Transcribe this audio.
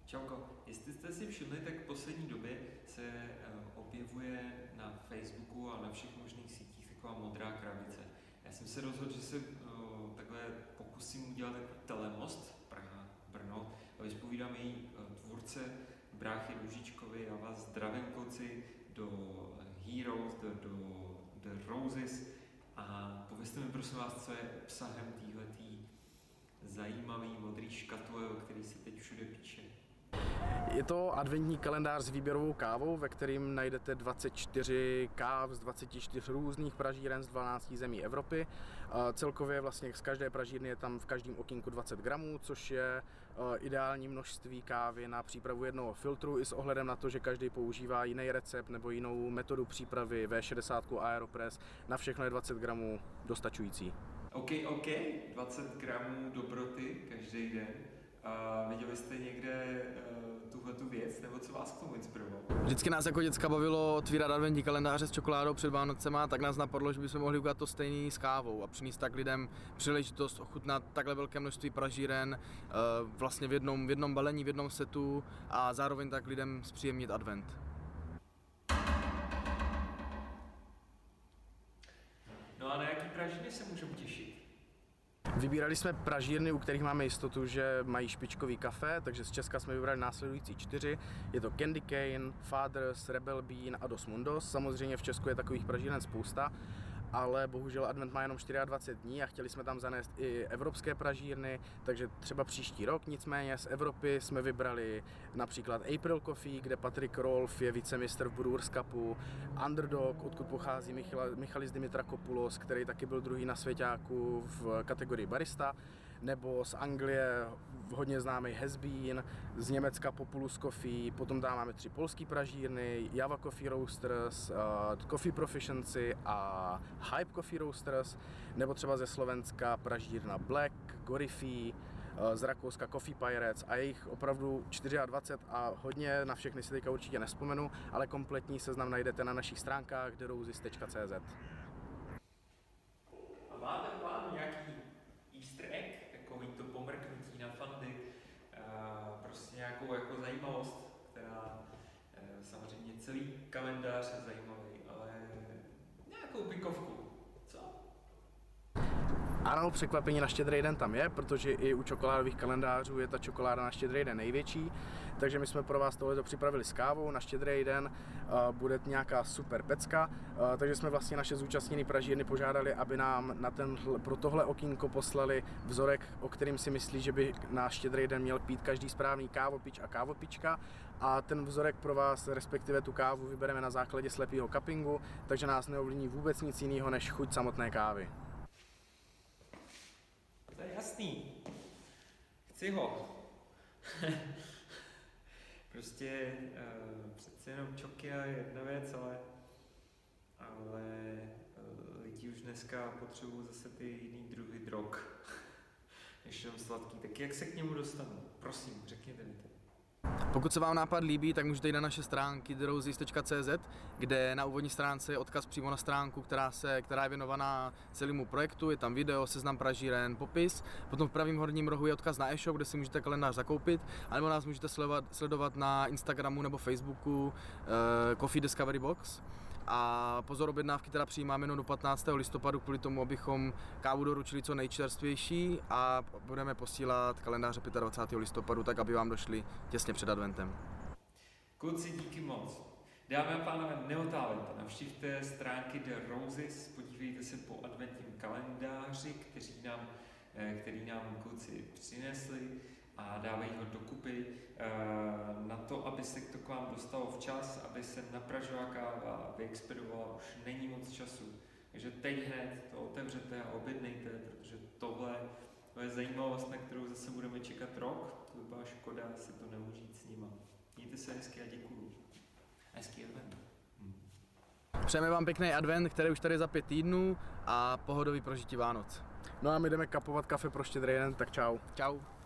Čauko, jestli jste si všimli, tak v poslední době se objevuje na Facebooku a na všech možných sítích taková modrá krabice. Já jsem se rozhodl, že se takhle pokusím udělat takový telemost Praha-Brno a vyspovídám její tvůrce bráchy Růžičkovi. Já vás zdravím, kluci, do Heroes, do The Roses a povězte mi prosím vás, co je obsahem téhletý zajímavý modrý škatule, o který se teď všude píše. Je to adventní kalendář s výběrovou kávou, ve kterým najdete 24 káv z 24 různých pražíren z 12 zemí Evropy. Celkově vlastně z každé pražírny je tam v každém okýnku 20 gramů, což je ideální množství kávy na přípravu jednoho filtru i s ohledem na to, že každý používá jiný recept nebo jinou metodu přípravy V60 Aeropress. Na všechno je 20 gramů dostačující. OK, 20 gramů dobroty každý den. Viděli jste někde tuhletu věc, nebo co vás k tomu inspirovalo? Vždycky nás jako děcka bavilo otvírat adventní kalendáře s čokoládou před Vánocema, tak nás napadlo, že bychom mohli udělat to stejný s kávou a přinést tak lidem příležitost ochutnat takhle velké množství pražíren vlastně v jednom balení, v jednom setu a zároveň tak lidem zpříjemnit advent. No a na jaký pražírny se můžeme těšit? Vybírali jsme pražírny, u kterých máme jistotu, že mají špičkový kafe, takže z Česka jsme vybrali následující 4. Je to Candy Cane, Fathers, Rebel Bean a Dos Mundos. Samozřejmě v Česku je takových pražíren spousta, ale bohužel advent má jenom 24 dní a chtěli jsme tam zanést i evropské pražírny, takže třeba příští rok. Nicméně z Evropy jsme vybrali například April Coffee, kde Patrick Rolf je vicemistr v Brewers Cupu, Underdog, odkud pochází Michalis Dimitrakopoulos, který taky byl druhý na svěťáku v kategorii barista, nebo z Anglie hodně známý Has Been, z Německa Populus Coffee, potom tam máme 3 polský pražírny, Java Coffee Roasters, Coffee Proficiency a Hype Coffee Roasters, nebo třeba ze Slovenska pražírna Black, Gorify, z Rakouska Coffee Pirates a jejich opravdu 24 a hodně, na všechny si teďka určitě nespomenu, ale kompletní seznam najdete na našich stránkách theroses.cz. A máte plán nějaký easter egg, takový to pomrknutí na fandy, prostě nějakou jako zajímavost, která samozřejmě celý kalendář je zajímavý, ale nějakou pikovku, co? Ano, překvapení na Štědrý den tam je, protože i u čokoládových kalendářů je ta čokoláda na Štědrý den největší, takže my jsme pro vás tohleto připravili s kávou. Na Štědrý den bude nějaká super pecka, takže jsme vlastně naše zúčastněné pražírny požádali, aby nám pro tohle okýnko poslali vzorek, o kterým si myslí, že by na Štědrý den měl pít každý správný kávopič a kávopička, a ten vzorek pro vás, respektive tu kávu, vybereme na základě slepého cuppingu, takže nás neovlivní vůbec nic jiného než chuť samotné kávy. To je jasný. Chci ho. Prostě přece jenom čokia je jedna věc, ale lidi už dneska potřebují zase ty jiný druhy drog, než jenom sladký. Tak jak se k němu dostanu? Prosím, řekněte mi to. Pokud se vám nápad líbí, tak můžete jít na naše stránky theroses.cz, kde na úvodní stránce je odkaz přímo na stránku, která je věnovaná celému projektu, je tam video, seznam pražíren, popis. Potom v pravém horním rohu je odkaz na e-shop, kde si můžete kalendář zakoupit, anebo nás můžete sledovat na Instagramu nebo Facebooku Coffee Discovery Box. A pozor, objednávky teda přijímáme do 15. listopadu kvůli tomu, abychom kávu doručili co nejčerstvější, a budeme posílat kalendáře 25. listopadu, tak aby vám došli těsně před adventem. Kluci, díky moc. Dámy a pánové, neotálejte, navštivte stránky The Roses, podívejte se po adventním kalendáři, který nám kluci přinesli, a dávají ho dokupy na to, aby se to k vám dostalo včas, aby se napražila káva, vyexpedovala, už není moc času. Takže teď hned to otevřete a objednejte, protože tohle je zajímavost, na kterou zase budeme čekat rok. To by byla škoda si to neužít s nima. Mějte se hezky a děkuju. Hezký advent. Přejeme vám pěkný advent, který už tady je za 5 týdnů, a pohodový prožití Vánoc. No a my jdeme kapovat kafe pro Štědrý den, tak čau. Čau.